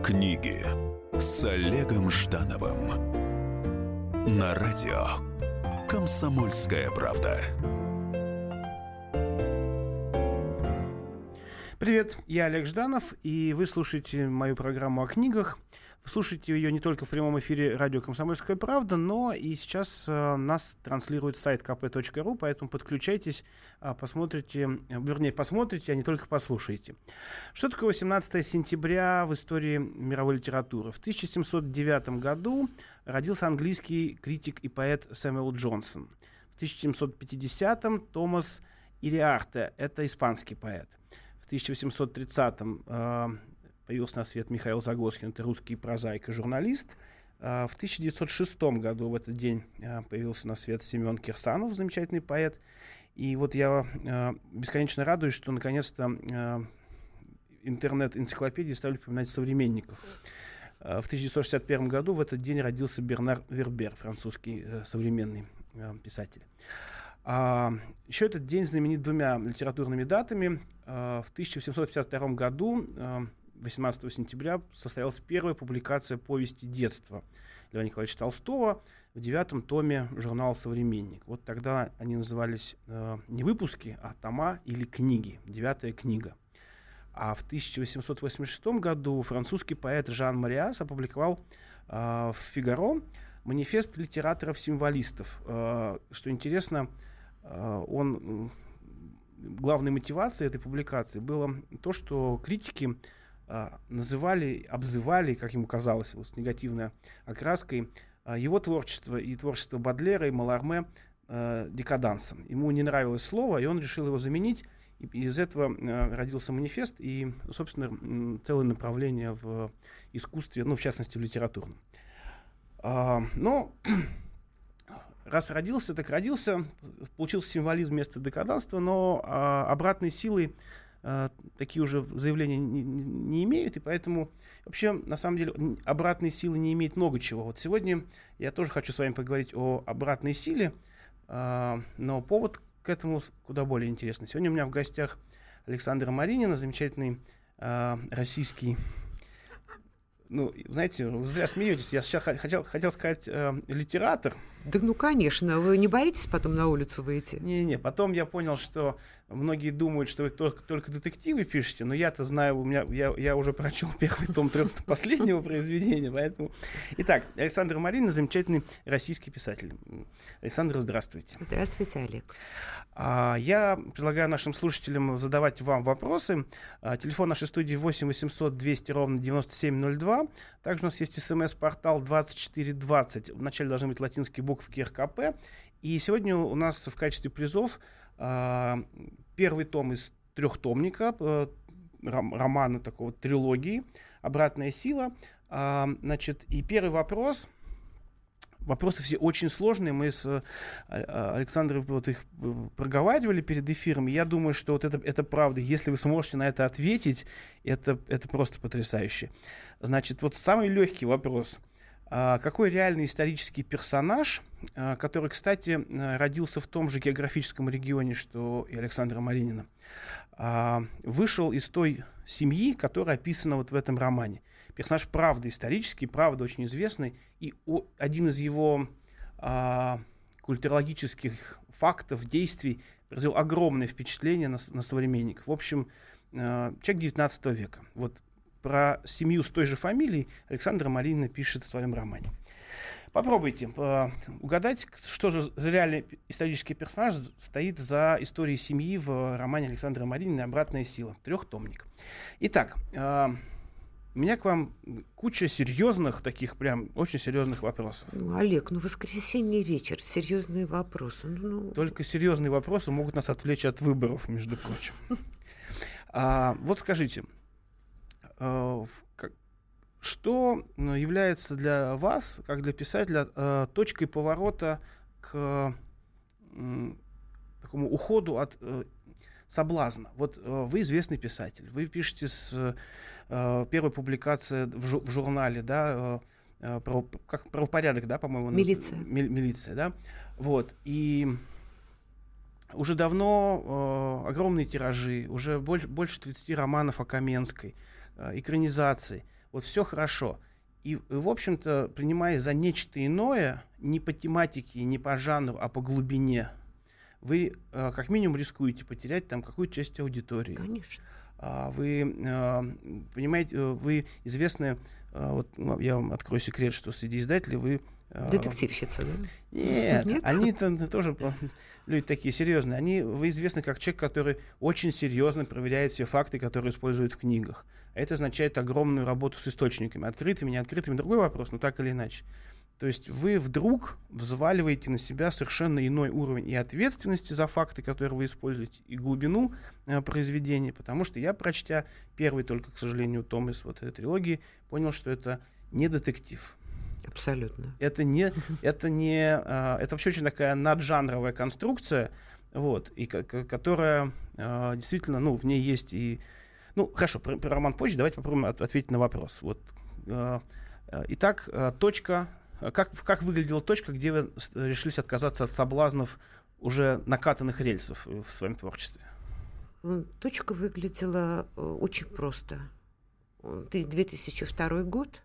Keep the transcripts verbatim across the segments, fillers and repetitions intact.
Книги с Олегом Ждановым на радио «Комсомольская правда». Привет, я Олег Жданов, и вы слушаете мою программу о книгах. Вы слушаете ее не только в прямом эфире радио «Комсомольская правда», но и сейчас э, нас транслирует сайт ка пэ точка ру, поэтому подключайтесь, э, посмотрите, вернее, посмотрите, а не только послушайте. Что такое восемнадцатое сентября в истории мировой литературы? В тысяча семьсот девятом году родился английский критик и поэт Сэмюэл Джонсон. В тысяча семьсот пятидесятом Томас Ириарте, это испанский поэт. В тысяча восемьсот тридцатом э, появился на свет Михаил Загоскин, это русский прозаик и журналист. Э, в тысяча девятьсот шестом году в этот день э, появился на свет Семен Кирсанов, замечательный поэт. И вот я э, бесконечно радуюсь, что наконец-то э, интернет-энциклопедии стали упоминать современников. Э, в тысяча девятьсот шестьдесят первом году в этот день родился Бернар Вербер, французский э, современный э, писатель. А, еще этот день знаменит двумя литературными датами. А, в тысяча восемьсот пятьдесят втором году, а, восемнадцатого сентября, состоялась первая публикация повести детства Льва Николаевича Толстого в девятом томе журнала «Современник». Вот тогда они назывались а, не выпуски, а тома или книги. Девятая книга. А в тысяча восемьсот восемьдесят шестом году французский поэт Жан Мариас опубликовал а, в «Фигаро» манифест литераторов-символистов. А, что интересно, он, главной мотивацией этой публикации было то, что критики а, называли, обзывали, как ему казалось, вот, с негативной окраской, а, его творчество и творчество Бодлера и Маларме а, декадансом. Ему не нравилось слово, и он решил его заменить. И из этого а, родился манифест и, собственно, целое направление в искусстве, ну, в частности, в литературном. А, но... Раз родился, так родился, получился символизм вместо декаданства, но а, обратной силы а, такие уже заявления не, не имеют, и поэтому вообще, на самом деле, обратной силы не имеет много чего. Вот сегодня я тоже хочу с вами поговорить о обратной силе, а, но повод к этому куда более интересный. Сегодня у меня в гостях Александра Маринина, замечательный а, российский... Ну, знаете, вы зря смеетесь. Я сейчас хотел, хотел сказать э, литератор. Да ну, конечно. Вы не боитесь потом на улицу выйти? Не-не, потом я понял, что многие думают, что вы только, только детективы пишете, но я-то знаю, у меня, я, я уже прочел первый том последнего произведения, поэтому... Итак, Александра Маринина, замечательный российский писатель. Александра, здравствуйте. Здравствуйте, Олег. А, я предлагаю нашим слушателям задавать вам вопросы. А, телефон нашей студии восемь восемьсот двести ровно девяносто семь ноль два. Также у нас есть смс-портал двадцать четыре двадцать. Вначале должны быть латинские буквы эр ка пэ. И сегодня у нас в качестве призов а, первый том из трехтомника, а, романа такого, трилогии «Обратная сила». А, значит, и первый вопрос... Вопросы все очень сложные. Мы с Александрой вот их проговаривали перед эфиром. Я думаю, что вот это, это правда. Если вы сможете на это ответить, это, это просто потрясающе. Значит, вот самый легкий вопрос. А какой реальный исторический персонаж, а, который, кстати, родился в том же географическом регионе, что и Александра Маринина, а, вышел из той семьи, которая описана вот в этом романе? Персонаж правда исторический, правда очень известный, и о, один из его а, культурологических фактов, действий произвел огромное впечатление на, на современников. В общем, а, человек девятнадцатого века. Вот про семью с той же фамилией Александра Маринина пишет в своем романе. Попробуйте э, угадать, что же за реальный исторический персонаж стоит за историей семьи в романе Александра Маринина «Обратная сила». Трехтомник. Итак, э, у меня к вам куча серьезных, таких прям очень серьезных вопросов. Ну, Олег, ну воскресенье вечер, серьезные вопросы. Ну, ну... Только серьезные вопросы могут нас отвлечь от выборов, между прочим. Вот скажите, что является для вас, как для писателя, точкой поворота к такому уходу от соблазна? Вот вы известный писатель, вы пишете с первой публикации в, жу- в журнале, да, право, как правопорядок, да, по-моему, милиция, ми- милиция, да, вот, и уже давно э, огромные тиражи, уже больше, больше тридцати романов о Каменской, э, экранизаций. вот все хорошо. И, в общем-то, принимая за нечто иное, не по тематике, не по жанру, а по глубине, вы э, как минимум рискуете потерять там какую-то часть аудитории. Конечно. А, вы э, понимаете, вы известны, э, вот, ну, я вам открою секрет, что среди издателей вы... Э, Детективщица, да? Нет, Нет? они-то тоже люди такие серьезные. Они, вы известны как человек, который очень серьезно проверяет все факты, которые используют в книгах. А это означает огромную работу с источниками, открытыми, неоткрытыми. Другой вопрос, но так или иначе. То есть вы вдруг взваливаете на себя совершенно иной уровень и ответственности за факты, которые вы используете, и глубину э, произведения, потому что я, прочтя первый только, к сожалению, том из вот этой трилогии, понял, что это не детектив. Абсолютно. Это не, это не, э, это вообще очень такая наджанровая конструкция, вот, и к- к- которая э, действительно, ну, в ней есть и, ну, хорошо, про, про роман позже, давайте попробуем от- ответить на вопрос. Вот, э, э, итак, э, точка. Как, как выглядела точка, где вы решились отказаться от соблазнов уже накатанных рельсов в своем творчестве? Точка выглядела очень просто. две тысячи второй год.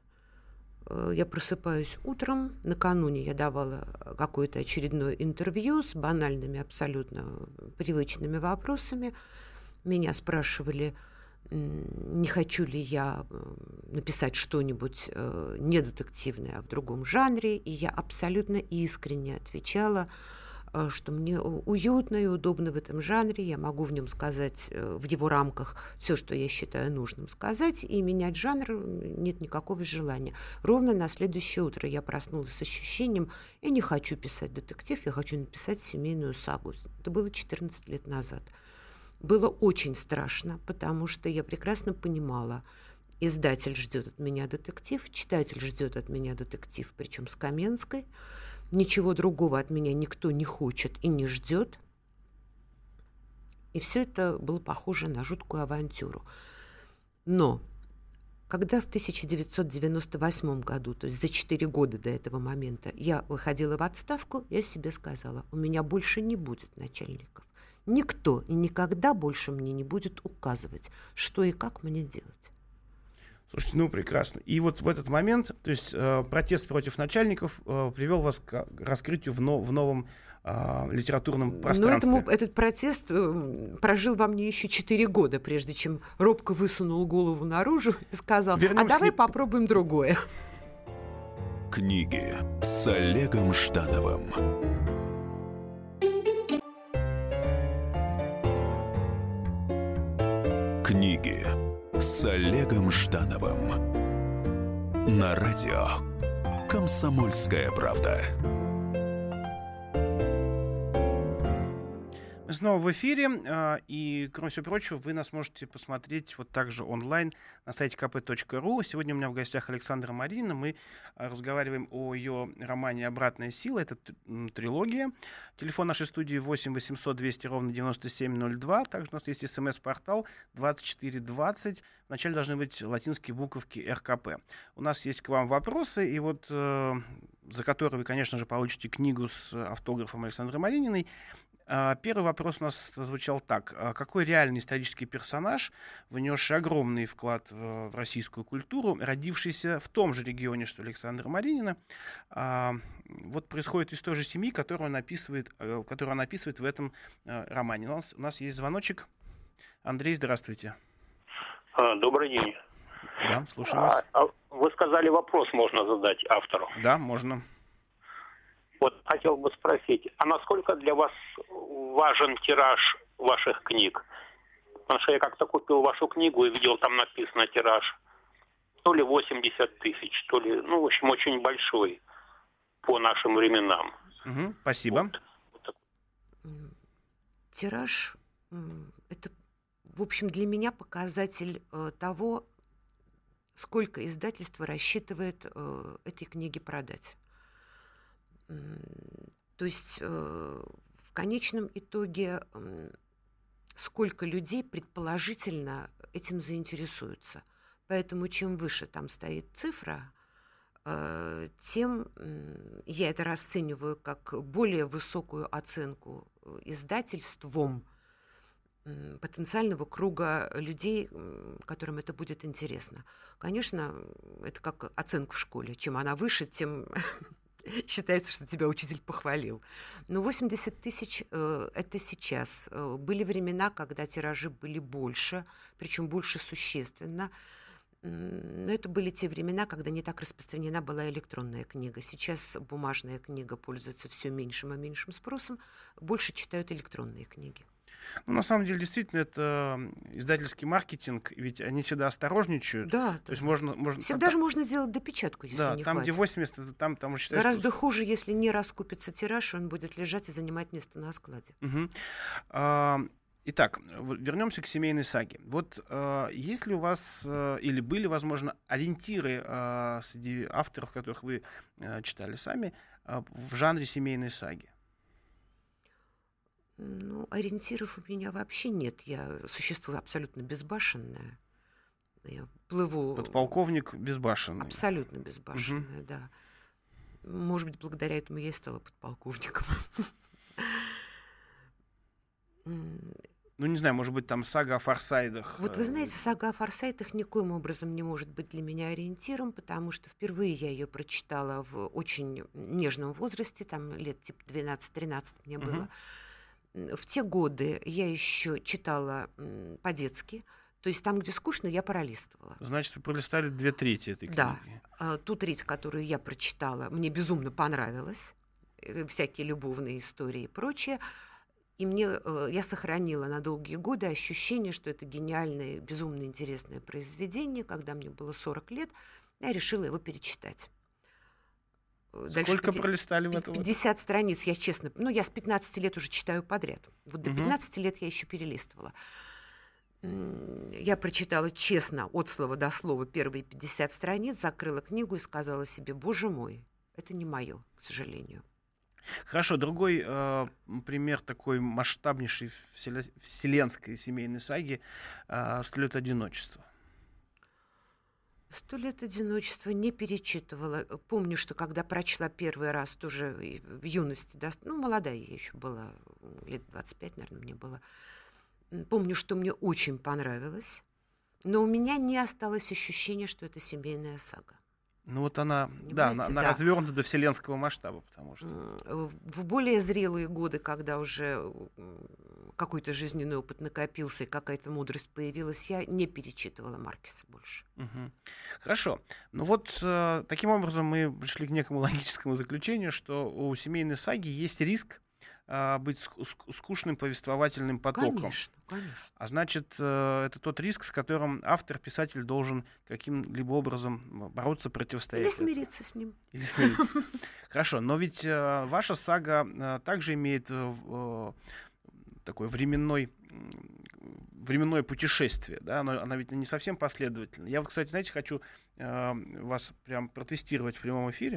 Я просыпаюсь утром. Накануне я давала какое-то очередное интервью с банальными, абсолютно привычными вопросами. Меня спрашивали, не хочу ли я написать что-нибудь э, не детективное, а в другом жанре. И я абсолютно искренне отвечала, э, что мне уютно и удобно в этом жанре. Я могу в нем сказать, э, в его рамках, все, что я считаю нужным сказать, и менять жанр нет никакого желания. Ровно на следующее утро я проснулась с ощущением, я не хочу писать детектив, я хочу написать семейную сагу. Это было четырнадцать лет назад. Было очень страшно, потому что я прекрасно понимала, издатель ждет от меня детектив, читатель ждет от меня детектив, причем с Каменской. Ничего другого от меня никто не хочет и не ждет. И все это было похоже на жуткую авантюру. Но когда в тысяча девятьсот девяносто восьмом году, то есть за четыре года до этого момента, я выходила в отставку, я себе сказала, у меня больше не будет начальников. Никто и никогда больше мне не будет указывать, что и как мне делать. Слушайте, ну прекрасно. И вот в этот момент, то есть э, протест против начальников э, привел вас к раскрытию в, но, в новом э, литературном пространстве. Но этому, этот протест э, прожил во мне еще четыре года, прежде чем робко высунул голову наружу и сказал, Вернемся а давай к... попробуем другое. Книги с Олегом Ждановым. Книги с Олегом Ждановым на радио «Комсомольская правда». Мы снова в эфире, и, кроме всего прочего, вы нас можете посмотреть вот также онлайн на сайте ка пэ точка ру. Сегодня у меня в гостях Александра Маринина. Мы разговариваем о ее романе «Обратная сила». Это трилогия. Телефон нашей студии восемь восемьсот двести ровно девяносто семь ноль два. Также у нас есть смс-портал двадцать четыре двадцать. Вначале должны быть латинские буковки эр ка пэ. У нас есть к вам вопросы, и вот э, за которые вы, конечно же, получите книгу с автографом Александры Марининой. Первый вопрос у нас звучал так. Какой реальный исторический персонаж, внесший огромный вклад в российскую культуру, родившийся в том же регионе, что Александра Маринина, вот происходит из той же семьи, которую он описывает, которую он описывает в этом романе? У нас, у нас есть звоночек. Андрей, здравствуйте. Добрый день. Да, слушаем вас. А, вы сказали, вопрос можно задать автору. Да, можно. Вот хотел бы спросить, а насколько для вас важен тираж ваших книг? Потому что я как-то купил вашу книгу и видел, там написано тираж то ли восемьдесят тысяч, то ли, ну, в общем, очень большой по нашим временам. Угу, спасибо. Вот. Тираж – это, в общем, для меня показатель э, того, сколько издательство рассчитывает э, этой книге продать. То есть э, в конечном итоге э, сколько людей предположительно этим заинтересуются. Поэтому чем выше там стоит цифра, э, тем э, я это расцениваю как более высокую оценку издательством потенциального круга людей, которым это будет интересно. Конечно, это как оценка в школе. Чем она выше, тем считается, что тебя учитель похвалил. Но восемьдесят тысяч э, — это сейчас. Были времена, когда тиражи были больше, причем больше существенно. Но это были те времена, когда не так распространена была электронная книга. Сейчас бумажная книга пользуется все меньшим и меньшим спросом. Больше читают электронные книги. Ну, на самом деле, действительно, это издательский маркетинг, ведь они всегда осторожничают. Да, То да. есть можно, можно, Всегда там, же можно сделать допечатку, если да, не там, хватит. где восемьдесят, там, там считается, Гораздо что... хуже, если не раскупится тираж, он будет лежать и занимать место на складе. Угу. А, итак, вернемся к семейной саге. Вот а, есть ли у вас а, или были, возможно, ориентиры а, среди авторов, которых вы а, читали сами, а, в жанре семейной саги? Ну, ориентиров у меня вообще нет. Я существо абсолютно безбашенное. Я плыву... Подполковник безбашенный. Абсолютно безбашенная, Угу. да. Может быть, благодаря этому я и стала подполковником. Ну, не знаю, может быть, там сага о Форсайдах. Вот вы знаете, сага о Форсайтах никоим образом не может быть для меня ориентиром, потому что впервые я ее прочитала в очень нежном возрасте, там лет типа двенадцать-тринадцать мне Угу. было. В те годы я еще читала м, по-детски, то есть там, где скучно, я пролистывала. Значит, вы пролистали две трети этой книги. Да, а, ту треть, которую я прочитала, мне безумно понравилась, э, всякие любовные истории и прочее, и мне, э, я сохранила на долгие годы ощущение, что это гениальное, безумно интересное произведение. Когда мне было сорок лет, я решила его перечитать. Дальше Сколько пяти- пролистали в этом? пятьдесят страниц, я честно... Ну, я с пятнадцати лет уже читаю подряд. Вот до Мгм. пятнадцати лет я еще перелистывала. М, Я прочитала честно, от слова до слова, первые пятьдесят страниц, закрыла книгу и сказала себе: боже мой, это не мое, к сожалению. Хорошо, другой э, пример такой масштабнейшей вселе- вселенской семейной саги э, «Сто лет одиночества». «Сто лет одиночества» не перечитывала. Помню, что когда прочла первый раз, тоже и в юности, да, ну, молодая я еще была, лет двадцать пять, наверное, мне было. М, Помню, что мне очень понравилось, но у меня не осталось ощущения, что это семейная сага. Ну вот она, да, Понимаете, она, она да. развернута до вселенского масштаба, потому что... М, В в более зрелые годы, когда уже м, какой-то жизненный опыт накопился и какая-то мудрость появилась, я не перечитывала Маркеса больше. Мгм. Хорошо. Ну вот э, таким образом мы пришли к некому логическому заключению, что у семейной саги есть риск э, быть ск- ск- скучным повествовательным потоком. Конечно, конечно. А значит, э, это тот риск, с которым автор, писатель должен каким-либо образом бороться, противостоять. Или этому. смириться с ним. Или смириться. Хорошо, но ведь э, ваша сага э, также имеет э, в- э, такой временной, м, временное путешествие, да, она, она ведь не совсем последовательна. Я, вот, кстати, знаете, хочу э, вас прям протестировать в прямом эфире.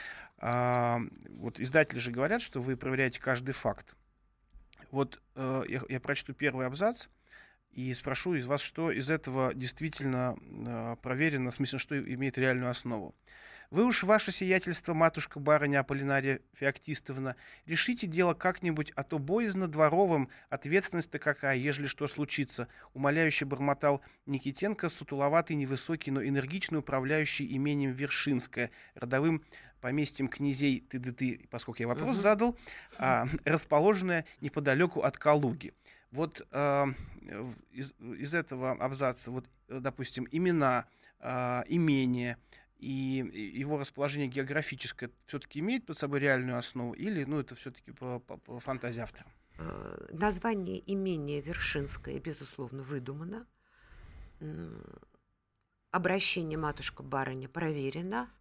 А, вот издатели же говорят, что вы проверяете каждый факт. Вот э, я, я прочту первый абзац и спрошу из вас, что из этого действительно э, проверено, в смысле, что имеет реальную основу. Вы уж, ваше сиятельство, матушка-барыня Аполлинария Феоктистовна, решите дело как-нибудь, а то боязно дворовым, ответственность-то какая, ежели что случится, умоляюще бормотал Никитенко, сутуловатый, невысокий, но энергичный управляющий имением Вершинское, родовым поместьем князей ты-ты-ты, поскольку я вопрос Мгм. задал, а, расположенное неподалеку от Калуги. Вот э, в- из, из этого абзаца, вот, э, допустим, имена, э, имения и, и его расположение географическое все-таки имеет под собой реальную основу, или ну, это все-таки по, по- по фантазии автора? Э, Название имения Вершинское, безусловно, выдумано. М, Обращение матушка-барыня проверено.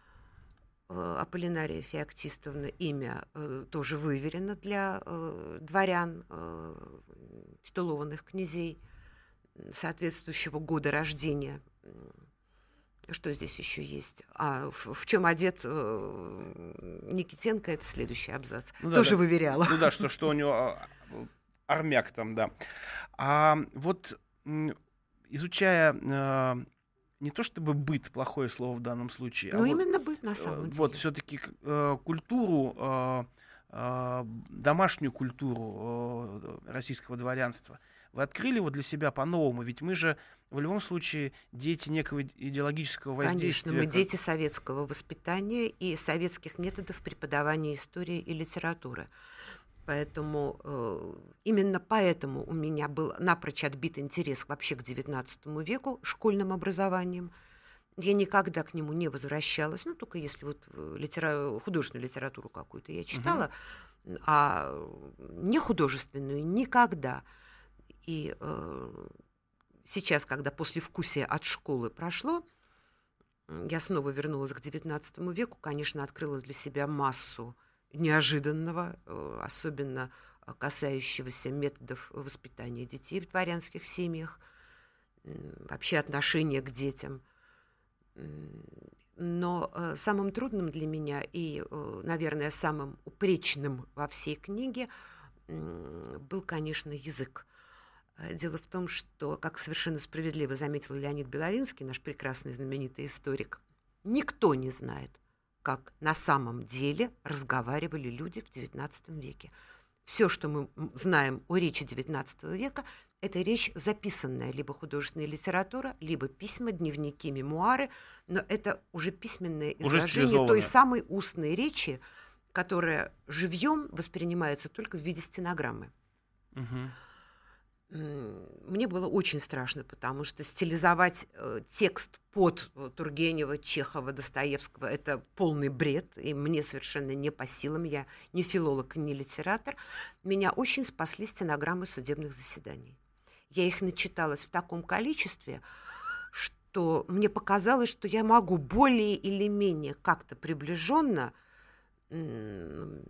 Э, Аполлинария Феоктистовна, имя э, тоже выверено для э, дворян, э, титулованных князей м, соответствующего года рождения. М, Что здесь еще есть? А в, в чем одет э, Никитенко, это следующий абзац. Ну да, тоже да. выверяла. Ну да, что, что у него а, армяк там, да. А вот м, изучая э, не то чтобы быт, плохое слово в данном случае, Ну, а вот, именно быт на э, самом деле. вот все-таки э, культуру, э, э, домашнюю культуру э, российского дворянства, Вы открыли его для себя по-новому? Ведь мы же в любом случае дети некого идеологического воздействия. Конечно, мы как... дети советского воспитания и советских методов преподавания истории и литературы. Поэтому э, именно поэтому у меня был напрочь отбит интерес вообще к девятнадцатому веку школьным образованием. Я никогда к нему не возвращалась, ну, только если вот литера... художественную литературу какую-то я читала, угу. а не художественную никогда. И э, сейчас, когда послевкусие от школы прошло, я снова вернулась к девятнадцатому веку, конечно, открыла для себя массу неожиданного, э, особенно касающегося методов воспитания детей в дворянских семьях, э, вообще отношения к детям. Но э, самым трудным для меня и, э, наверное, самым упречным во всей книге э, был, конечно, язык. Дело в том, что, как совершенно справедливо заметил Леонид Беловинский, наш прекрасный знаменитый историк, никто не знает, как на самом деле разговаривали люди в девятнадцатом веке. Все, что мы знаем о речи девятнадцатого века, это речь записанная, либо художественная литература, либо письма, дневники, мемуары, но это уже письменное изложение той самой устной речи, которая живьем воспринимается только в виде стенограммы. Угу. Мне было очень страшно, потому что стилизовать э, текст под э, Тургенева, Чехова, Достоевского — это полный бред, и мне совершенно не по силам, я не филолог, не литератор. Меня очень спасли стенограммы судебных заседаний. Я их начиталась в таком количестве, что мне показалось, что я могу более или менее как-то приближенно м-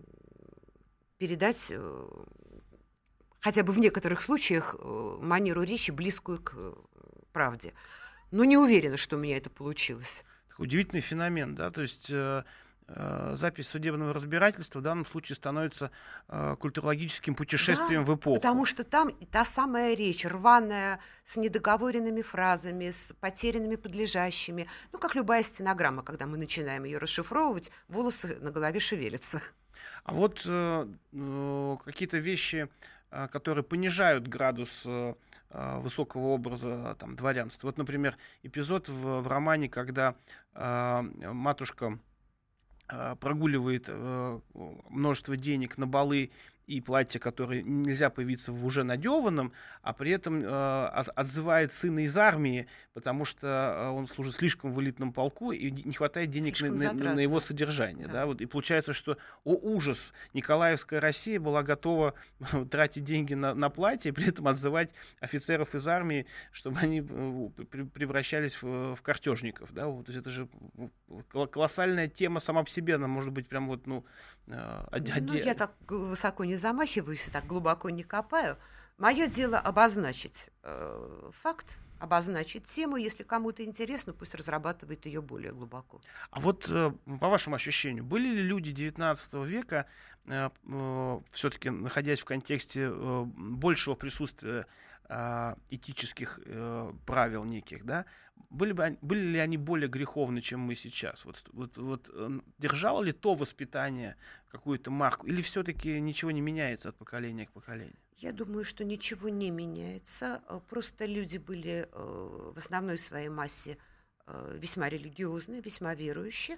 передать... Э, хотя бы в некоторых случаях манеру речи, близкую к правде. Но не уверена, что у меня это получилось. Такой удивительный феномен, да, то есть э, э, запись судебного разбирательства в данном случае становится э, культурологическим путешествием да, в эпоху. Потому что там та самая речь, рваная, с недоговоренными фразами, с потерянными подлежащими. Ну, как любая стенограмма, когда мы начинаем ее расшифровывать, волосы на голове шевелятся. А вот э, э, какие-то вещи, которые понижают градус э, высокого образа там, дворянства. Вот, например, эпизод в, в романе, когда э, матушка э, прогуливает э, множество денег на балы и платья, которые нельзя появиться в уже надеванном, а при этом э, от, отзывает сына из армии, потому что он служит слишком в элитном полку, и не хватает денег на, на, на его содержание. Да. Да? Вот, и получается, что, о ужас, Николаевская Россия была готова тратить деньги на, на платье, и при этом отзывать офицеров из армии, чтобы они превращались в, в картежников. Да? Вот, то есть это же колоссальная тема сама по себе, она может быть прям вот, ну... Оде... Ну, я так высоко не замахиваюсь, так глубоко не копаю. Мое дело обозначить э, факт, обозначить тему. Если кому-то интересно, пусть разрабатывает ее более глубоко. А вот э, по вашему ощущению, были ли люди девятнадцатого века, э, э, все-таки находясь в контексте э, большего присутствия э, этических э, правил неких, да, были, бы, были ли они более греховны, чем мы сейчас? Вот, вот, вот, держало ли то воспитание какую-то марку? Или все-таки ничего не меняется от поколения к поколению? Я думаю, что ничего не меняется. Просто люди были в основной своей массе весьма религиозные, весьма верующие.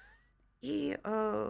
И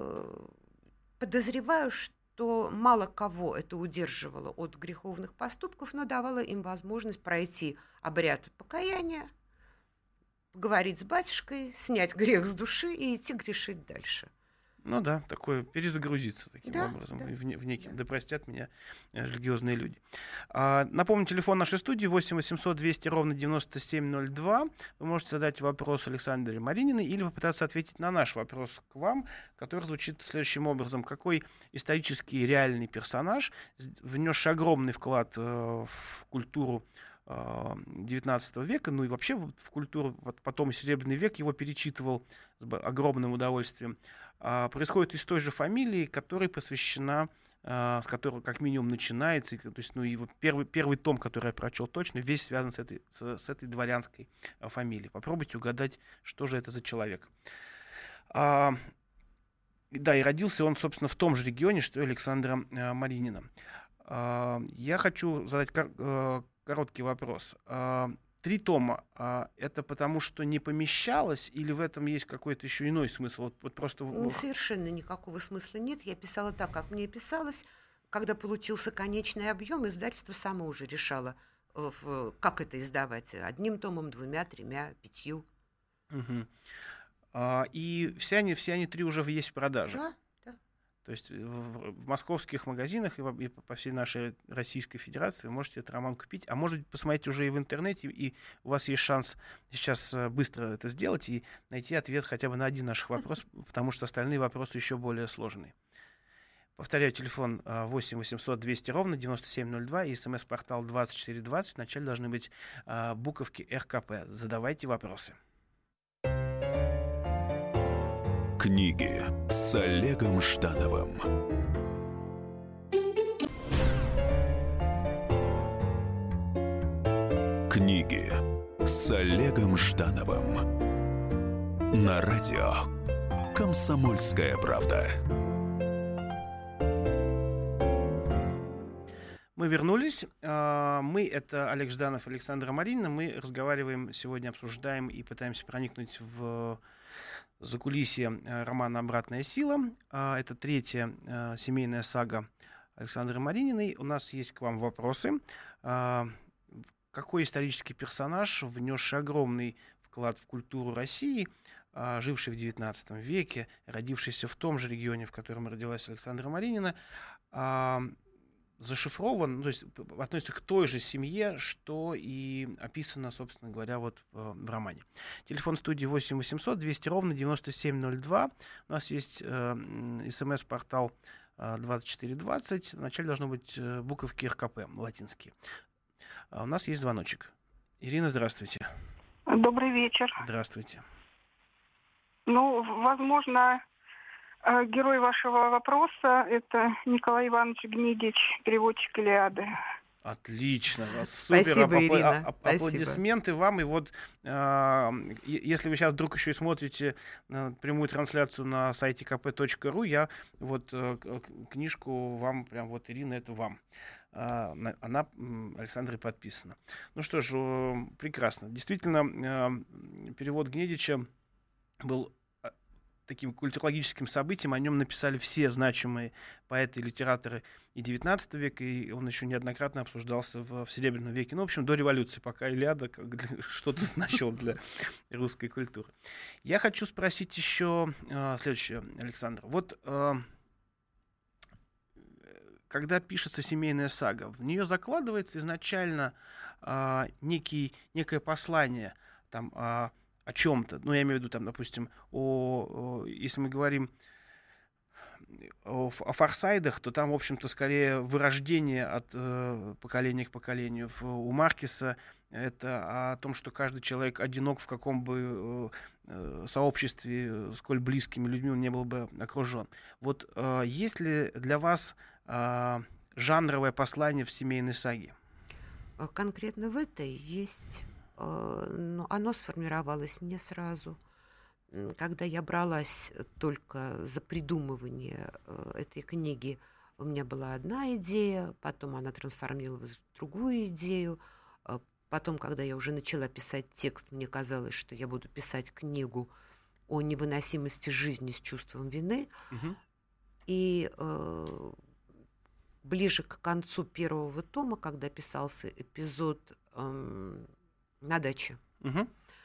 подозреваю, что мало кого это удерживало от греховных поступков, но давало им возможность пройти обряд покаяния, поговорить с батюшкой, снять грех с души и идти грешить дальше. Ну да, такое, перезагрузиться таким да, образом да, в, в неким, да. да простят меня религиозные люди. А, напомню, телефон нашей студии восемь восемьсот двести ровно девяносто семь ноль два. Вы можете задать вопрос Александре Марининой или попытаться ответить на наш вопрос к вам, который звучит следующим образом. Какой исторический реальный персонаж, внесший огромный вклад э, в культуру девятнадцатого века, ну и вообще в культуру, потом и Серебряный век его перечитывал с огромным удовольствием, происходит из той же фамилии, которой посвящена, с которой как минимум начинается, то есть, ну, его первый, первый том, который я прочел точно, весь связан с этой, с, с этой дворянской фамилией. Попробуйте угадать, что же это за человек. А, да, и родился он, собственно, в том же регионе, что и Александра Маринина. Я хочу задать короткий вопрос. Три тома, это потому, что не помещалось, или в этом есть какой-то еще иной смысл? Вот, вот просто... Совершенно никакого смысла нет. Я писала так, как мне писалось. Когда получился конечный объем, издательство само уже решало, как это издавать. Одним томом, двумя, тремя, пятью. Угу. А, и все они, все они три уже есть в продаже? Да, да. То есть в, в московских магазинах и, в, и по всей нашей Российской Федерации вы можете этот роман купить. А может быть, посмотреть уже и в интернете, и у вас есть шанс сейчас быстро это сделать и найти ответ хотя бы на один наш вопрос, потому что остальные вопросы еще более сложные. Повторяю, телефон восемь восемьсот двести ровно девяносто семь ноль два и смс-портал двадцать четыре двадцать. Вначале должны быть а, буковки эр ка пэ. Задавайте вопросы. Книги с Олегом Ждановым. Книги с Олегом Ждановым. На радио «Комсомольская правда». Мы вернулись. Мы, это Олег Жданов, Александра Маринина. Мы разговариваем сегодня, обсуждаем и пытаемся проникнуть в закулисье романа «Обратная сила». Это третья семейная сага Александры Марининой. У нас есть к вам вопросы. Какой исторический персонаж, внесший огромный вклад в культуру России, живший в девятнадцатом веке, родившийся в том же регионе, в котором родилась Александра Маринина, зашифрован, ну, то есть относится к той же семье, что и описано, собственно говоря, вот в, в романе. Телефон студии восемь восемьсот двести ровно девяносто семь ноль два. У нас есть э, смс-портал э, двадцать четыре двадцать. Вначале должны быть э, буковки эр ка пэ, латинские. А у нас есть звоночек. Ирина, здравствуйте. Добрый вечер. Здравствуйте. Ну, возможно... Герой вашего вопроса — это Николай Иванович Гнедич, переводчик «Илиады». Отлично. Супер. Спасибо, Апл- Ирина. ап- аплодисменты Спасибо. вам. И вот, э, если вы сейчас вдруг еще и смотрите э, прямую трансляцию на сайте ка пэ точка ру, я вот э, книжку вам, прям вот, Ирина, это вам. Э, она Александре подписана. Ну что ж, э, прекрасно. Действительно, э, перевод Гнедича был таким культурологическим событием. О нем написали все значимые поэты и литераторы и девятнадцатого века, и он еще неоднократно обсуждался в, в Серебряном веке. Ну, в общем, до революции, пока Илиада что-то значила для русской культуры. Я хочу спросить еще э, следующее, Александр. Вот э, когда пишется семейная сага, в нее закладывается изначально э, некий, некое послание, там, э, о чем-то, ну, я имею в виду, там, допустим, о, о, если мы говорим о, о форсайдах, то там, в общем-то, скорее вырождение от э, поколения к поколению. В, у Маркеса это о том, что каждый человек одинок в каком бы э, сообществе, сколь близкими людьми он не был бы окружен. Вот э, есть ли для вас э, жанровое послание в семейной саге? Конкретно в этой есть... Но оно сформировалось не сразу. Когда я бралась только за придумывание этой книги, у меня была одна идея, потом она трансформировалась в другую идею. Потом, когда я уже начала писать текст, мне казалось, что я буду писать книгу о невыносимости жизни с чувством вины. Угу. И э, ближе к концу первого тома, когда писался эпизод... Э, на даче. Угу.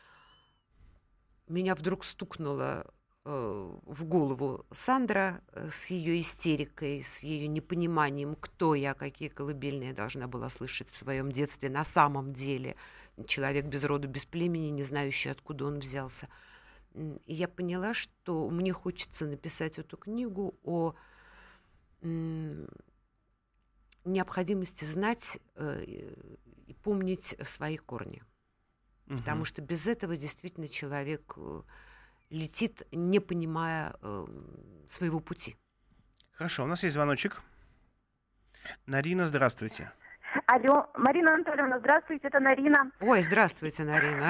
Меня вдруг стукнула э, в голову Сандра э, с ее истерикой, с ее непониманием, кто я, какие колыбельные я должна была слышать в своем детстве на самом деле. Человек без роду, без племени, не знающий, откуда он взялся. И я поняла, что мне хочется написать эту книгу о м, необходимости знать э, и помнить свои корни. Угу. Потому что без этого действительно человек летит, не понимая э, своего пути. Хорошо, у нас есть звоночек. Нарина, здравствуйте. Алло, Марина Анатольевна, здравствуйте, это Нарина. Ой, здравствуйте, Нарина.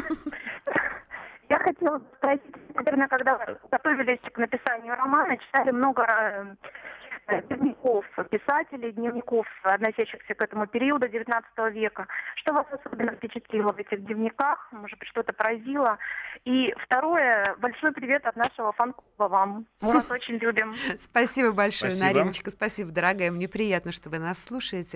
Я хотела спросить, наверное, когда готовились к написанию романа, читали много дневников писателей, дневников, относящихся к этому периоду девятнадцатого века. Что вас особенно впечатлило в этих дневниках? Может быть, что-то поразило? И второе, большой привет от нашего фан-клуба вам. Мы вас очень любим. Спасибо большое, Спасибо. Нариночка. Спасибо, дорогая. Мне приятно, что вы нас слушаете.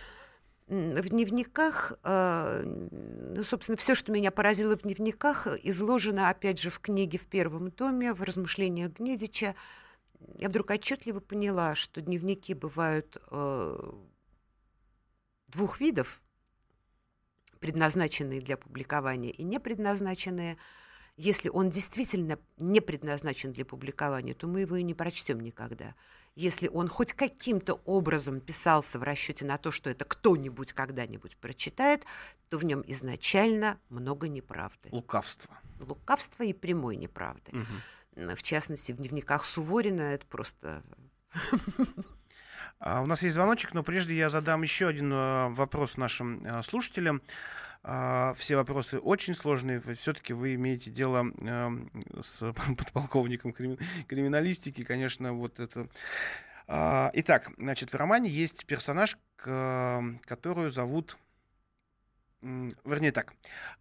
В дневниках, ну, собственно, все, что меня поразило в дневниках, изложено, опять же, в книге в первом томе, в размышлениях Гнедича. Я вдруг отчетливо поняла, что дневники бывают э, двух видов, предназначенные для публикования и не предназначенные. Если он действительно не предназначен для публикования, то мы его и не прочтем никогда. Если он хоть каким-то образом писался в расчете на то, что это кто-нибудь когда-нибудь прочитает, то в нем изначально много неправды. Лукавство. Лукавство и прямой неправды. Угу. В частности, в дневниках Суворина это просто... А у нас есть звоночек, но прежде я задам еще один вопрос нашим слушателям. Все вопросы очень сложные. Все-таки вы имеете дело с подполковником криминалистики, конечно, вот это. Итак, значит, в романе есть персонаж, которую зовут, вернее так,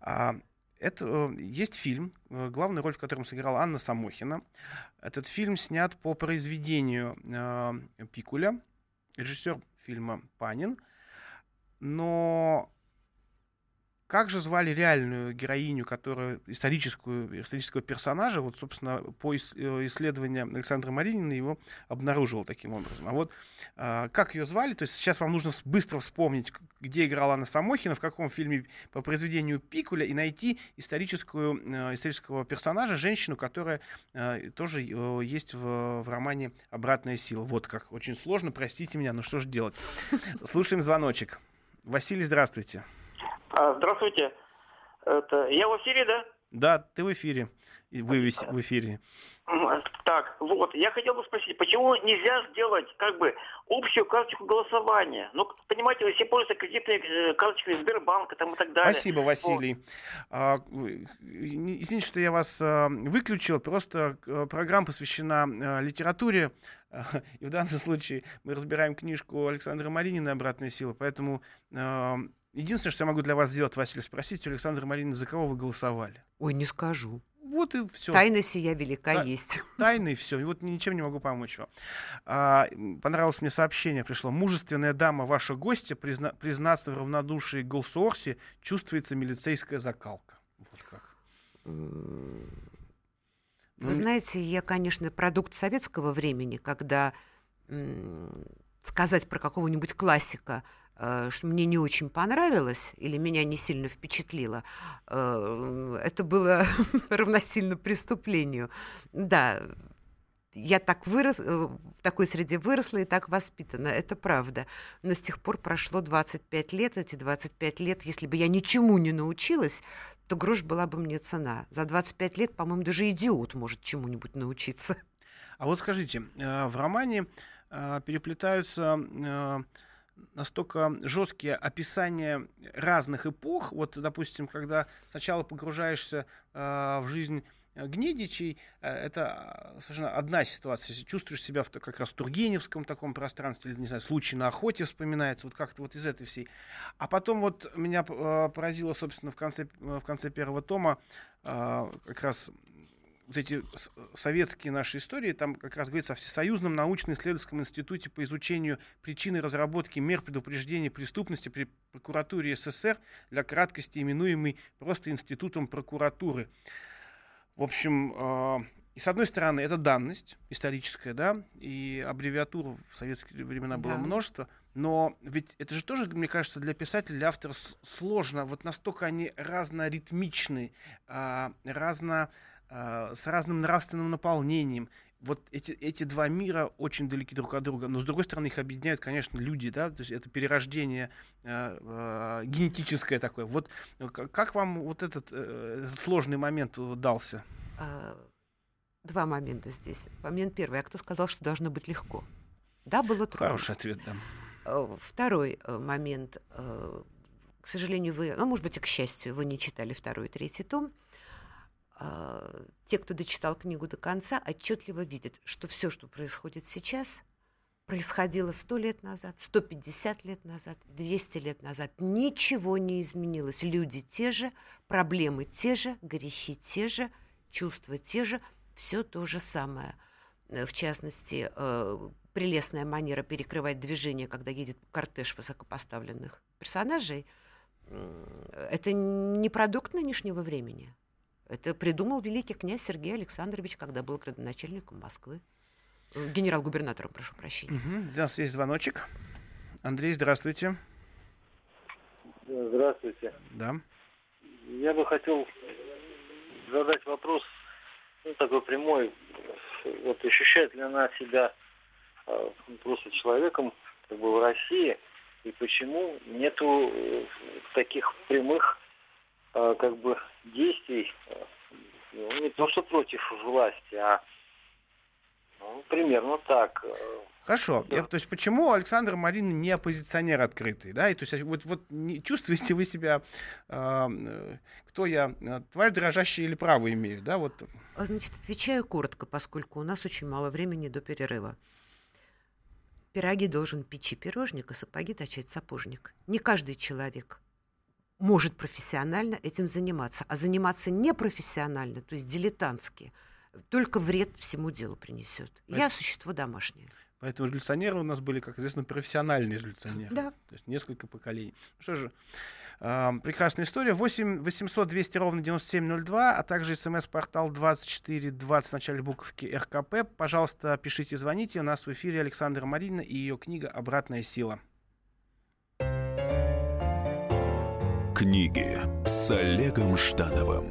это есть фильм, главную роль в котором сыграла Анна Самохина. Этот фильм снят по произведению Пикуля, режиссер фильма Панин, но как же звали реальную героиню, которую, историческую, исторического персонажа, вот, собственно, по исследованию Александра Маринина его обнаружил таким образом. А вот а, как ее звали, то есть сейчас вам нужно быстро вспомнить, где играла Анна Самохина, в каком фильме по произведению Пикуля, и найти историческую, исторического персонажа, женщину, которая а, тоже а, есть в, в романе «Обратная сила». Вот как. Очень сложно, простите меня, но что же делать? Слушаем звоночек. Василий, здравствуйте. Здравствуйте. Это я в эфире, да? Да, ты в эфире. И вы в эфире. Так, вот, я хотел бы спросить, почему нельзя сделать как бы общую карточку голосования? Ну, понимаете, все пользуются кредитной карточкой Сбербанка там и так далее. Спасибо, Василий. Вот. А, извините, что я вас а, выключил, просто а, программа посвящена а, литературе, а, и в данном случае мы разбираем книжку Александра Маринина «Обратная сила», поэтому... А, единственное, что я могу для вас сделать, Василий, спросить у Александра Маринина, за кого вы голосовали? Ой, не скажу. Вот и все. Тайна сия велика Та- есть. Тайна и все. И вот ничем не могу помочь вам. А, понравилось мне сообщение, пришло. Мужественная дама, ваша гостья, призна- признаться в равнодушии к Голсуорси, чувствуется милицейская закалка. Вот как. Вы Ну, знаете, я, конечно, продукт советского времени, когда м- сказать про какого-нибудь классика, что мне не очень понравилось или меня не сильно впечатлило, это было равносильно преступлению. Да, я так вырос, в такой среде выросла и так воспитана, это правда. Но с тех пор прошло двадцать пять лет, эти двадцать пять лет, если бы я ничему не научилась, то грош была бы мне цена. За двадцать пять лет, по-моему, даже идиот может чему-нибудь научиться. А вот скажите, в романе переплетаются... настолько жесткие описания разных эпох. Вот, допустим, когда сначала погружаешься э, в жизнь Гнедичей, э, это совершенно одна ситуация. Если чувствуешь себя в, как раз в тургеневском таком пространстве, или, не знаю, случай на охоте вспоминается, вот как-то вот из этой всей. А потом вот меня э, поразило, собственно, в конце, в конце первого тома э, как раз вот эти советские наши истории, там как раз говорится о Всесоюзном научно-исследовательском институте по изучению причин и разработки мер предупреждения преступности при прокуратуре СССР, для краткости именуемый просто Институтом прокуратуры. В общем, э, и с одной стороны, это данность историческая, да, и аббревиатур в советские времена было Да. множество, но ведь это же тоже, мне кажется, для писателя, для автора сложно, вот настолько они разноритмичны, э, разно... с разным нравственным наполнением. Вот эти, эти два мира очень далеки друг от друга, но с другой стороны их объединяют, конечно, люди, да, то есть это перерождение э, э, генетическое такое. Вот как вам вот этот, э, этот сложный момент дался? Два момента здесь. Момент первый. А кто сказал, что должно быть легко? Да, было трудно. Хороший ответ, да. Второй момент. К сожалению, вы, ну, может быть, и к счастью, вы не читали второй и третий том. Те, кто дочитал книгу до конца, отчетливо видят, что все, что происходит сейчас, происходило сто лет назад, сто пятьдесят лет назад, двести лет назад. Ничего не изменилось. Люди те же, проблемы те же, грехи те же, чувства те же, все то же самое. В частности, прелестная манера перекрывать движение, когда едет кортеж высокопоставленных персонажей, это не продукт нынешнего времени. Это придумал великий князь Сергей Александрович, когда был градоначальником Москвы. Генерал-губернатором, прошу прощения. Угу. У нас есть звоночек. Андрей, здравствуйте. Здравствуйте. Да. Я бы хотел задать вопрос, ну, такой прямой. Вот ощущает ли она себя э, просто человеком как бы в России, и почему нету э, таких прямых э, как бы действий, э, ну, не то что против власти, а ну, примерно так. Хорошо. Да. Я, то есть почему Александр Маринин не оппозиционер открытый? Да? И, то есть вот, вот не чувствуете вы себя, э, кто я, тварь дрожащая или право имею? Да? Вот. Значит, отвечаю коротко, поскольку у нас очень мало времени до перерыва. Пироги должен печь пирожник, а сапоги точать сапожник. Не каждый человек может профессионально этим заниматься. А заниматься непрофессионально, то есть дилетантски, только вред всему делу принесет. Поэтому, я существо домашнее. Поэтому революционеры у нас были, как известно, профессиональные революционеры. Да. То есть несколько поколений. Что же, э, прекрасная история. восемь восемьсот двести ровно девяносто семь ноль два, а также смс-портал двадцать четыре двадцать в начале буковки эр ка пэ. Пожалуйста, пишите, звоните. У нас в эфире Александра Маринина и ее книга «Обратная сила». Книги с Олегом Ждановым.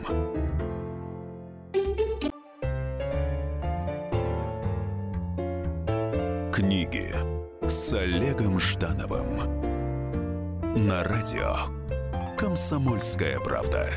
Книги с Олегом Ждановым на радио «Комсомольская правда».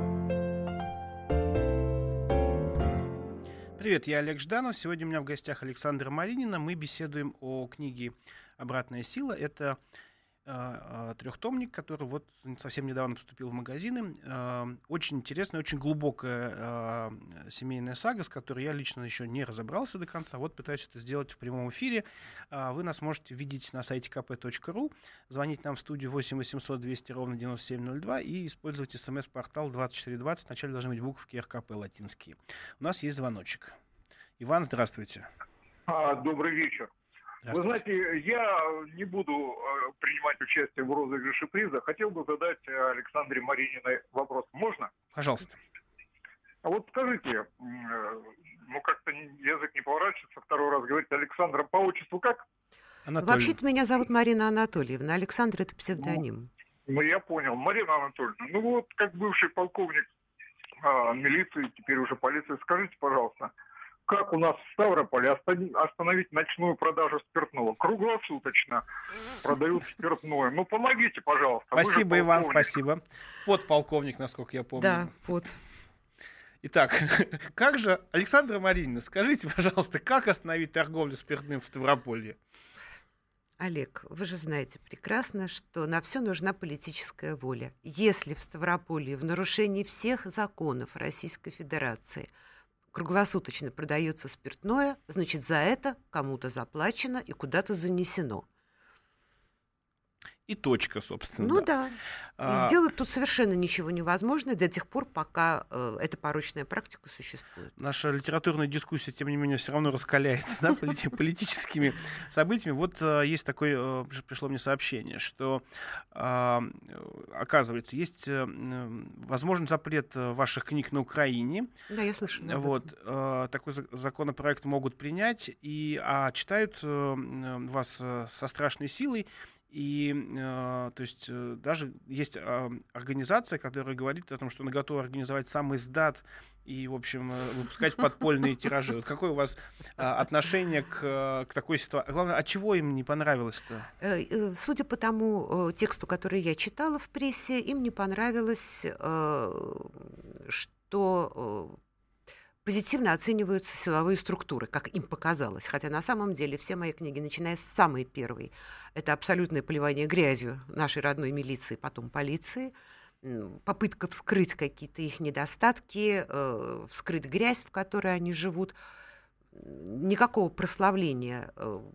Привет, я Олег Жданов. Сегодня у меня в гостях Александра Маринина. Мы беседуем о книге «Обратная сила». Это э, трехтомник, который вот совсем недавно поступил в магазины. Э, очень интересная, очень глубокая э, семейная сага, с которой я лично еще не разобрался до конца. Вот пытаюсь это сделать в прямом эфире. Э, вы нас можете видеть на сайте ка пэ точка ру, звонить нам в студию восемь восемьсот двести ровно девяносто семь ноль два и использовать смс-портал двадцать четыре двадцать. Вначале должны быть буковки эр ка пэ латинские. У нас есть звоночек. Иван, здравствуйте. А, добрый вечер. Вы знаете, я не буду э, принимать участие в розыгрыше приза. Хотел бы задать Александре Марининой вопрос. Можно? Пожалуйста. А вот скажите, э, ну как-то язык не поворачивается, второй раз говорить Александра по отчеству как? Анатолий. Вообще-то меня зовут Марина Анатольевна. Александр — это псевдоним. Ну, ну, я понял. Марина Анатольевна, ну вот как бывший полковник э, милиции, теперь уже полиции, скажите, пожалуйста, как у нас в Ставрополе остановить ночную продажу спиртного? Круглосуточно продают спиртное. Ну, помогите, пожалуйста. Спасибо, Иван, спасибо. Подполковник, насколько я помню. Да, под. Итак, как же, Александра Маринина, скажите, пожалуйста, как остановить торговлю спиртным в Ставрополье? Олег, вы же знаете прекрасно, что на все нужна политическая воля. Если в Ставрополье в нарушении всех законов Российской Федерации круглосуточно продается спиртное, значит, за это кому-то заплачено и куда-то занесено. И точка, собственно. Ну да. да. И сделать тут совершенно ничего невозможно до тех пор, пока э, эта порочная практика существует. Наша литературная дискуссия, тем не менее, все равно раскаляется да, полити- политическими событиями. Вот э, есть такое, э, пришло мне сообщение, что, э, оказывается, есть э, возможный запрет ваших книг на Украине. Да, я слышала. Вот, э, такой законопроект могут принять, и, а читают э, вас э, со страшной силой. И, э, то есть, э, даже есть э, организация, которая говорит о том, что она готова организовать сам издат и, в общем, э, выпускать подпольные тиражи. Вот какое у вас э, отношение к, к такой ситуации? Главное, от чего им не понравилось-то? Э, э, судя по тому э, тексту, который я читала в прессе, им не понравилось, э, что... Э, позитивно оцениваются силовые структуры, как им показалось. Хотя на самом деле все мои книги, начиная с самой первой, это абсолютное поливание грязью нашей родной милиции, потом полиции, попытка вскрыть какие-то их недостатки, э, вскрыть грязь, в которой они живут. Никакого прославления э,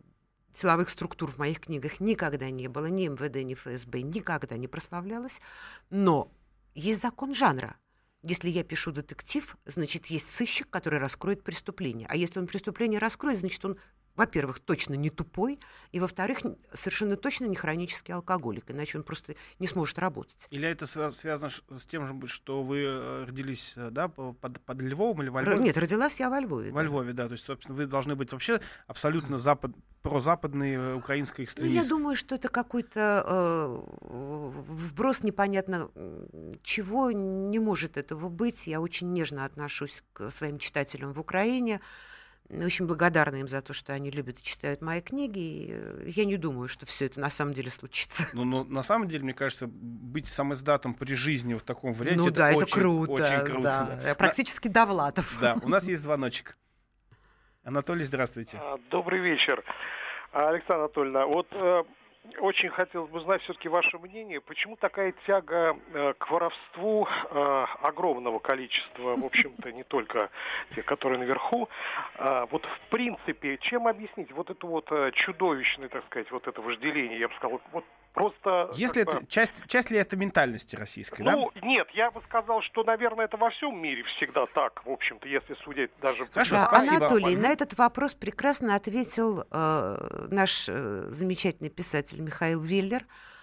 силовых структур в моих книгах никогда не было, ни эм вэ дэ, ни эф эс бэ никогда не прославлялось. Но есть закон жанра. Если я пишу детектив, значит, есть сыщик, который раскроет преступление. А если он преступление раскроет, значит, он, во-первых, точно не тупой, и, во-вторых, совершенно точно не хронический алкоголик, иначе он просто не сможет работать. Или это связано с тем, что вы родились, да, под, под Львовом или во Львове? Нет, родилась я во Львове. Во да. Львове, да. То есть, собственно, вы должны быть вообще абсолютно запад, прозападный украинский экстремист. Ну, я думаю, что это какой-то э, вброс непонятно чего, не может этого быть. Я очень нежно отношусь к своим читателям в Украине. Очень благодарна им за то, что они любят и читают мои книги. И я не думаю, что все это на самом деле случится. Ну, но на самом деле, мне кажется, быть самиздатом при жизни в таком варианте, ну, это, да, очень, это круто. очень круто. Да. Да. Практически На... Довлатов. Да, у нас есть звоночек. Анатолий, здравствуйте. Добрый вечер, Александра Анатольевна. Вот э, очень хотелось бы знать все-таки ваше мнение, почему такая тяга э, к воровству э, огромного количества, в общем-то, не только тех, которые наверху. Э, вот в принципе, чем объяснить вот это вот э, чудовищное, так сказать, вот это вожделение, я бы сказал, вот просто... Если это, часть, часть ли это ментальности российской, ну, да? нет, я бы сказал, что, наверное, это во всем мире всегда так, в общем-то, если судить даже... Хорошо, да, спасибо. Анатолий, на этот вопрос прекрасно ответил э, наш э, замечательный писатель Михаил Виллер.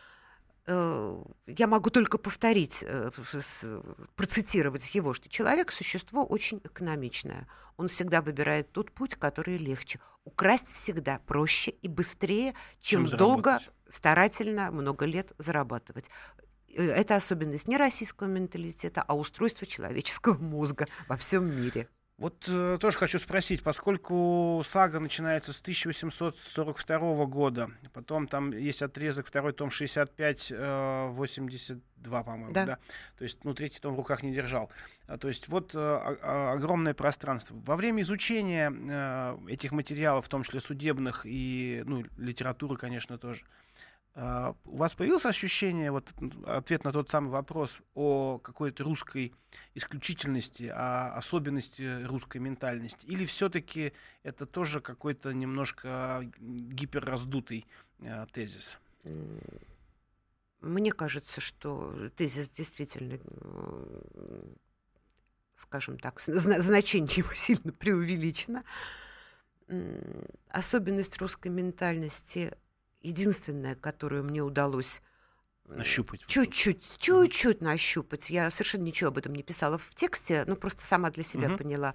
Э, я могу только повторить, э, с, процитировать его, что человек — существо очень экономичное. Он всегда выбирает тот путь, который легче. Украсть всегда проще и быстрее, чем, чем долго, старательно, много лет зарабатывать. Это особенность не российского менталитета, а устройства человеческого мозга во всем мире. Вот э, тоже хочу спросить, поскольку сага начинается с тысяча восемьсот сорок второго года, потом там есть отрезок, второй том шестьдесят пять восемьдесят два, по-моему, да. да? То есть, ну, третий том в руках не держал. А, то есть вот э, о, огромное пространство. Во время изучения э, этих материалов, в том числе судебных и, ну, литературы, конечно, тоже, Uh, у вас появилось ощущение, вот ответ на тот самый вопрос о какой-то русской исключительности, о особенности русской ментальности? Или все-таки это тоже какой-то немножко гиперраздутый uh, тезис? Мне кажется, что тезис действительно, скажем так, значение его сильно преувеличено. Особенность русской ментальности — единственное, которое мне удалось нащупать. Чуть-чуть, чуть-чуть нащупать. Я совершенно ничего об этом не писала в тексте, но просто сама для себя uh-huh. поняла.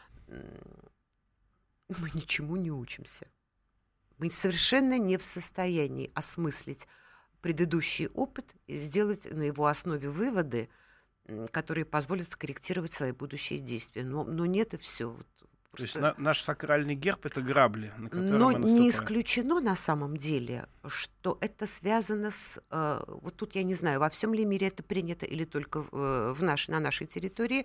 Мы ничему не учимся. Мы совершенно не в состоянии осмыслить предыдущий опыт и сделать на его основе выводы, которые позволят скорректировать свои будущие действия. Но, но нет, и все. То есть на, наш сакральный герб — это грабли, на которые Но мы наступаем. Не исключено на самом деле, что это связано с... Э, вот тут я не знаю, во всем ли мире это принято или только в, в наш, на нашей территории.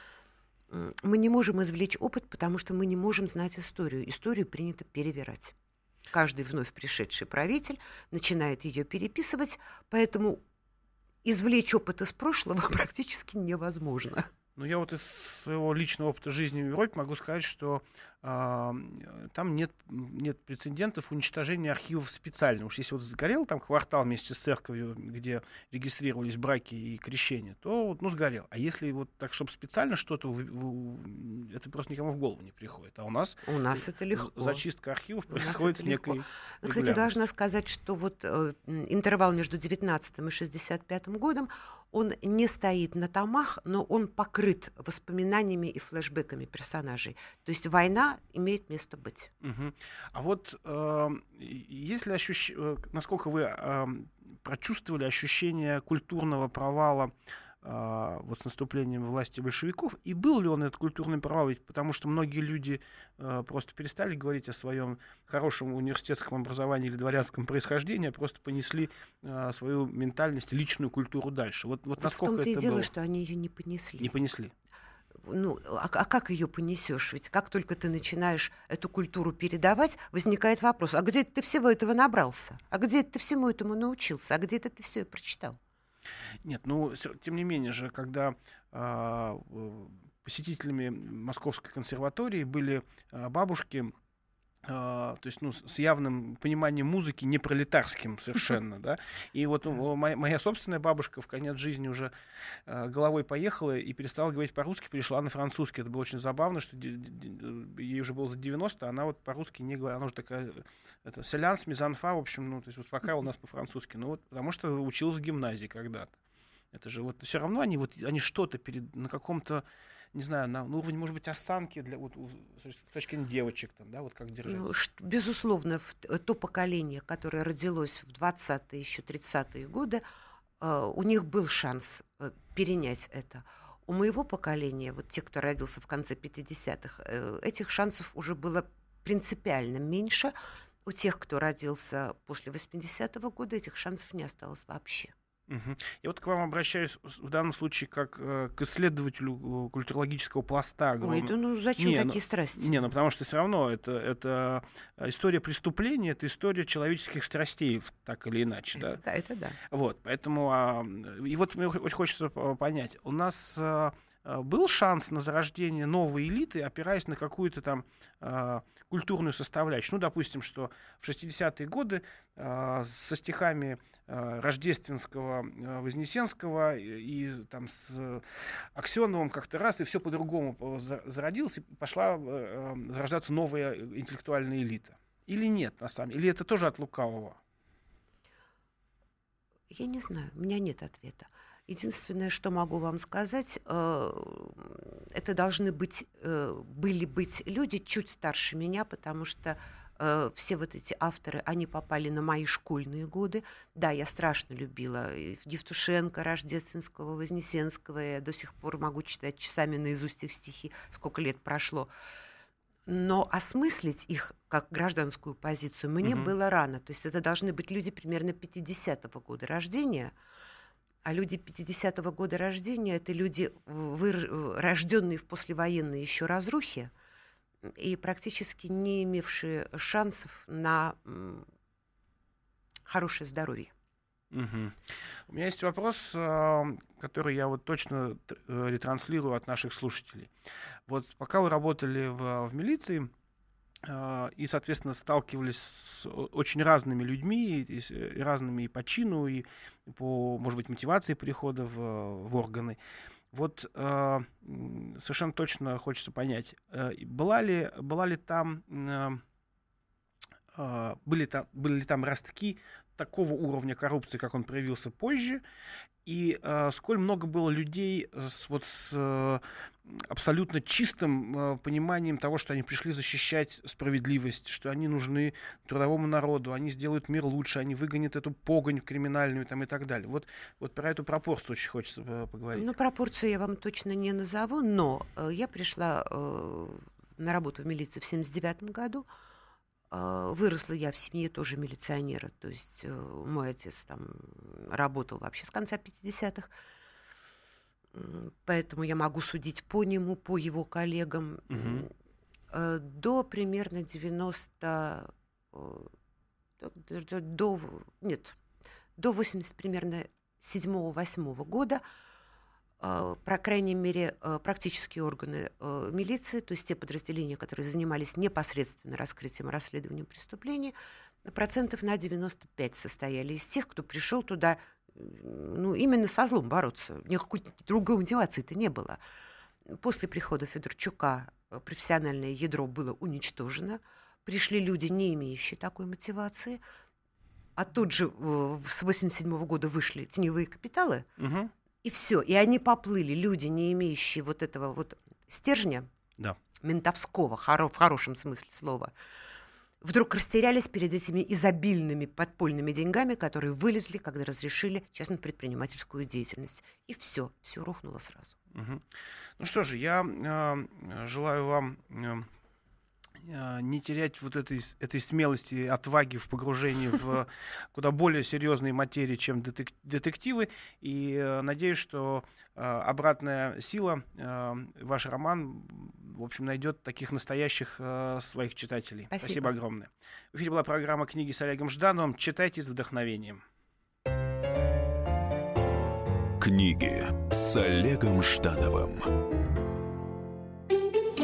Мы не можем извлечь опыт, потому что мы не можем знать историю. Историю принято перевирать. Каждый вновь пришедший правитель начинает ее переписывать, поэтому извлечь опыт из прошлого практически невозможно. Ну, я вот из своего личного опыта жизни в Европе могу сказать, что э, там нет, нет прецедентов уничтожения архивов специально. Уж если вот сгорел там квартал вместе с церковью, где регистрировались браки и крещения, то, ну, сгорел. А если вот так, чтобы специально что-то, в, в, это просто никому в голову не приходит. А у нас, у нас это легко. Зачистка архивов происходит с некой регулярностью. Кстати, должна сказать, что вот э, интервал между девятнадцатым и шестьдесят пятым годом, он не стоит на томах, но он покрыт воспоминаниями и флешбэками персонажей. То есть война имеет место быть. Угу. А вот э, есть ли ощущ... насколько вы э, прочувствовали ощущение культурного провала э, вот с наступлением власти большевиков? И был ли он этот культурный провал? Ведь потому что многие люди э, просто перестали говорить о своем хорошем университетском образовании или дворянском происхождении, а просто понесли э, свою ментальность, личную культуру дальше. Вот, вот, вот насколько в том-то это и дело, было? Что они ее не понесли. Не понесли. Ну, а, а как ее понесешь? Ведь как только ты начинаешь эту культуру передавать, возникает вопрос: а где ты всего этого набрался? А где ты всему этому научился? А где ты все прочитал? Нет, ну, тем не менее же, когда э, посетителями Московской консерватории были э, бабушки, Uh, то есть, ну, с явным пониманием музыки, не пролетарским совершенно, да. И вот uh, моя, моя собственная бабушка в конец жизни уже uh, головой поехала и перестала говорить по-русски, перешла на французский. Это было очень забавно, что ей уже было за девяносто, а она вот по-русски не говорила. Она уже такая, это, селянс, мизанфа, в общем, ну, то есть успокаивала нас по-французски. Ну, вот, потому что училась в гимназии когда-то. Это же вот все равно они, вот, они что-то перед, на каком-то, не знаю, на уровне, может быть, осанки для, вот, с точки зрения девочек, там, да, вот как держать. Ну, безусловно, то поколение, которое родилось в двадцатые, еще тридцатые годы, у них был шанс перенять это. У моего поколения, вот те, кто родился в конце пятидесятых, этих шансов уже было принципиально меньше. У тех, кто родился после восьмидесятого года, этих шансов не осталось вообще. Угу. Я вот к вам обращаюсь в данном случае как э, к исследователю культурологического пласта. Ой, да ну зачем не, такие ну, страсти? Не, ну потому что все равно это, это история преступления, это история человеческих страстей, так или иначе. Это да, да, это да. Вот, поэтому, а, и вот мне очень хочется понять, у нас а, был шанс на зарождение новой элиты, опираясь на какую-то там а, культурную составляющую. Ну, допустим, что в шестидесятые годы а, со стихами а, Рождественского, а, Вознесенского и, и там с Аксеновым как-то раз, и все по-другому зародилось, и пошла а, зарождаться новая интеллектуальная элита. Или нет, на самом деле? Или это тоже от лукавого? Я не знаю, у меня нет ответа. Единственное, что могу вам сказать, э, это должны быть, э, были быть люди чуть старше меня, потому что э, все вот эти авторы, они попали на мои школьные годы. Да, я страшно любила Евтушенко, Рождественского, Вознесенского. Я до сих пор могу читать часами наизусть их стихи, сколько лет прошло. Но осмыслить их как гражданскую позицию мне mm-hmm. было рано. То есть это должны быть люди примерно пятидесятого года рождения. А люди пятидесятого года рождения — это люди, вы, рожденные в послевоенной еще разрухе и практически не имевшие шансов на м, хорошее здоровье. Угу. У меня есть вопрос, который я вот точно ретранслирую от наших слушателей. Вот пока вы работали в, в милиции и, соответственно, сталкивались с очень разными людьми, и, и разными и по чину, и по, может быть, мотивации перехода в, в органы, вот э, совершенно точно хочется понять, э, была ли, была ли там, э, были, там, были ли там ростки такого уровня коррупции, как он проявился позже, и э, сколь много было людей с, вот, с э, абсолютно чистым э, пониманием того, что они пришли защищать справедливость, что они нужны трудовому народу, они сделают мир лучше, они выгонят эту погонь криминальную там, и так далее. Вот, вот про эту пропорцию очень хочется э, поговорить. Ну, пропорцию я вам точно не назову, но э, я пришла э, на работу в милицию в семьдесят девятом году. Выросла я в семье тоже милиционера, то есть э, мой отец там работал вообще с конца пятидесятых, поэтому я могу судить по нему, по его коллегам. Mm-hmm. Э, до примерно девяносто... Э, до, до, нет, до восемьдесят примерно седьмого-восьмого года, по крайней мере, практические органы милиции, то есть те подразделения, которые занимались непосредственно раскрытием и расследованием преступлений, процентов на девяносто пять состояли из тех, кто пришел туда ну, именно со злом бороться. Никакой другой мотивации-то не было. После прихода Федорчука профессиональное ядро было уничтожено. Пришли люди, не имеющие такой мотивации. А тут же с восемьдесят седьмого года вышли теневые капиталы. Угу. И все, и они поплыли, люди, не имеющие вот этого вот стержня, да. ментовского, хоро- в хорошем смысле слова, вдруг растерялись перед этими изобильными подпольными деньгами, которые вылезли, когда разрешили частно-предпринимательскую деятельность. И все, все рухнуло сразу. Угу. Ну что же, я э, желаю вам... Э, не терять вот этой, этой смелости, отваги в погружении в куда более серьезные материи, чем детек- детективы. И э, надеюсь, что э, обратная сила, э, ваш роман, в общем, найдет таких настоящих э, своих читателей. Спасибо. Спасибо огромное. В эфире была программа «Книги с Олегом Ждановым». Читайте с вдохновением. Книги с Олегом Ждановым.